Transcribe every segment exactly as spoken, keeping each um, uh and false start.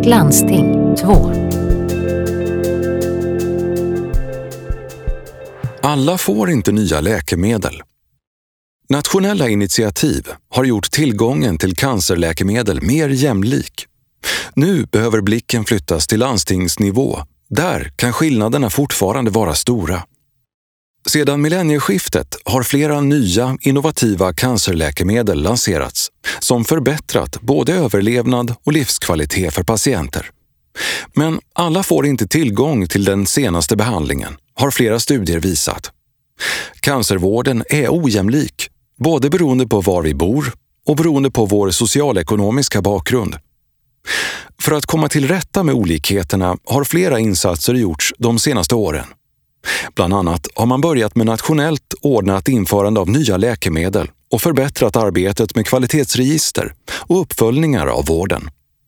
Vårt landsting två. Alla får inte nya läkemedel. Nationella initiativ har gjort tillgången till cancerläkemedel mer jämlik. Nu behöver blicken flyttas till landstingsnivå. Där kan skillnaderna fortfarande vara stora. Sedan millennieskiftet har flera nya innovativa cancerläkemedel lanserats som förbättrat både överlevnad och livskvalitet för patienter. Men alla får inte tillgång till den senaste behandlingen, har flera studier visat. Cancervården är ojämlik, både beroende på var vi bor och beroende på vår socialekonomiska bakgrund. För att komma till rätta med olikheterna har flera insatser gjorts de senaste åren. Bland annat har man börjat med nationellt ordnat införande av nya läkemedel och förbättrat arbetet med kvalitetsregister och uppföljningar av vården.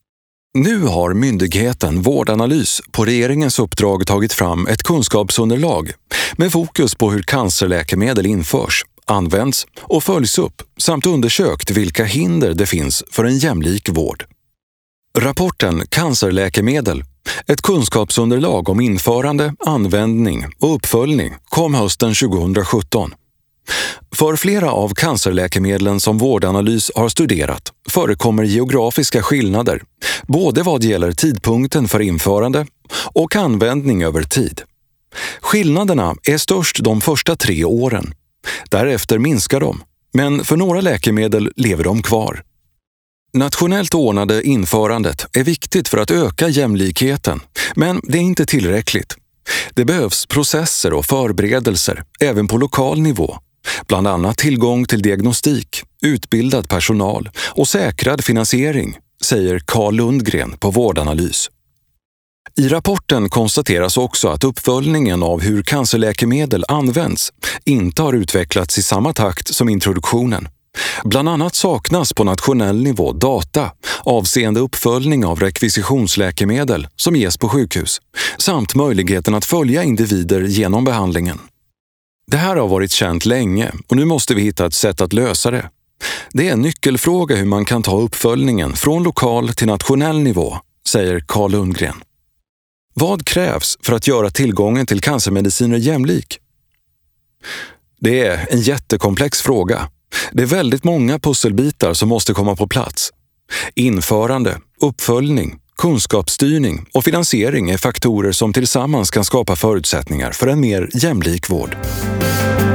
Nu har myndigheten Vårdanalys på regeringens uppdrag tagit fram ett kunskapsunderlag med fokus på hur cancerläkemedel införs, används och följs upp samt undersökt vilka hinder det finns för en jämlik vård. Rapporten Cancerläkemedel, ett kunskapsunderlag om införande, användning och uppföljning kom hösten tjugohundrasjutton. För flera av cancerläkemedlen som Vårdanalys har studerat förekommer geografiska skillnader, både vad gäller tidpunkten för införande och användning över tid. Skillnaderna är störst de första tre åren. Därefter minskar de, men för några läkemedel lever de kvar. Nationellt ordnade införandet är viktigt för att öka jämlikheten, men det är inte tillräckligt. Det behövs processer och förberedelser även på lokal nivå. Bland annat tillgång till diagnostik, utbildad personal och säkrad finansiering, säger Carl Lundgren på Vårdanalys. I rapporten konstateras också att uppföljningen av hur cancerläkemedel används inte har utvecklats i samma takt som introduktionen. Bland annat saknas på nationell nivå data avseende uppföljning av rekvisitionsläkemedel som ges på sjukhus, samt möjligheten att följa individer genom behandlingen. Det här har varit känt länge och nu måste vi hitta ett sätt att lösa det. Det är en nyckelfråga hur man kan ta uppföljningen från lokal till nationell nivå, säger Carl Lundgren. Vad krävs för att göra tillgången till cancermediciner jämlik? Det är en jättekomplex fråga. Det är väldigt många pusselbitar som måste komma på plats. Införande, uppföljning, kunskapsstyrning och finansiering är faktorer som tillsammans kan skapa förutsättningar för en mer jämlik vård.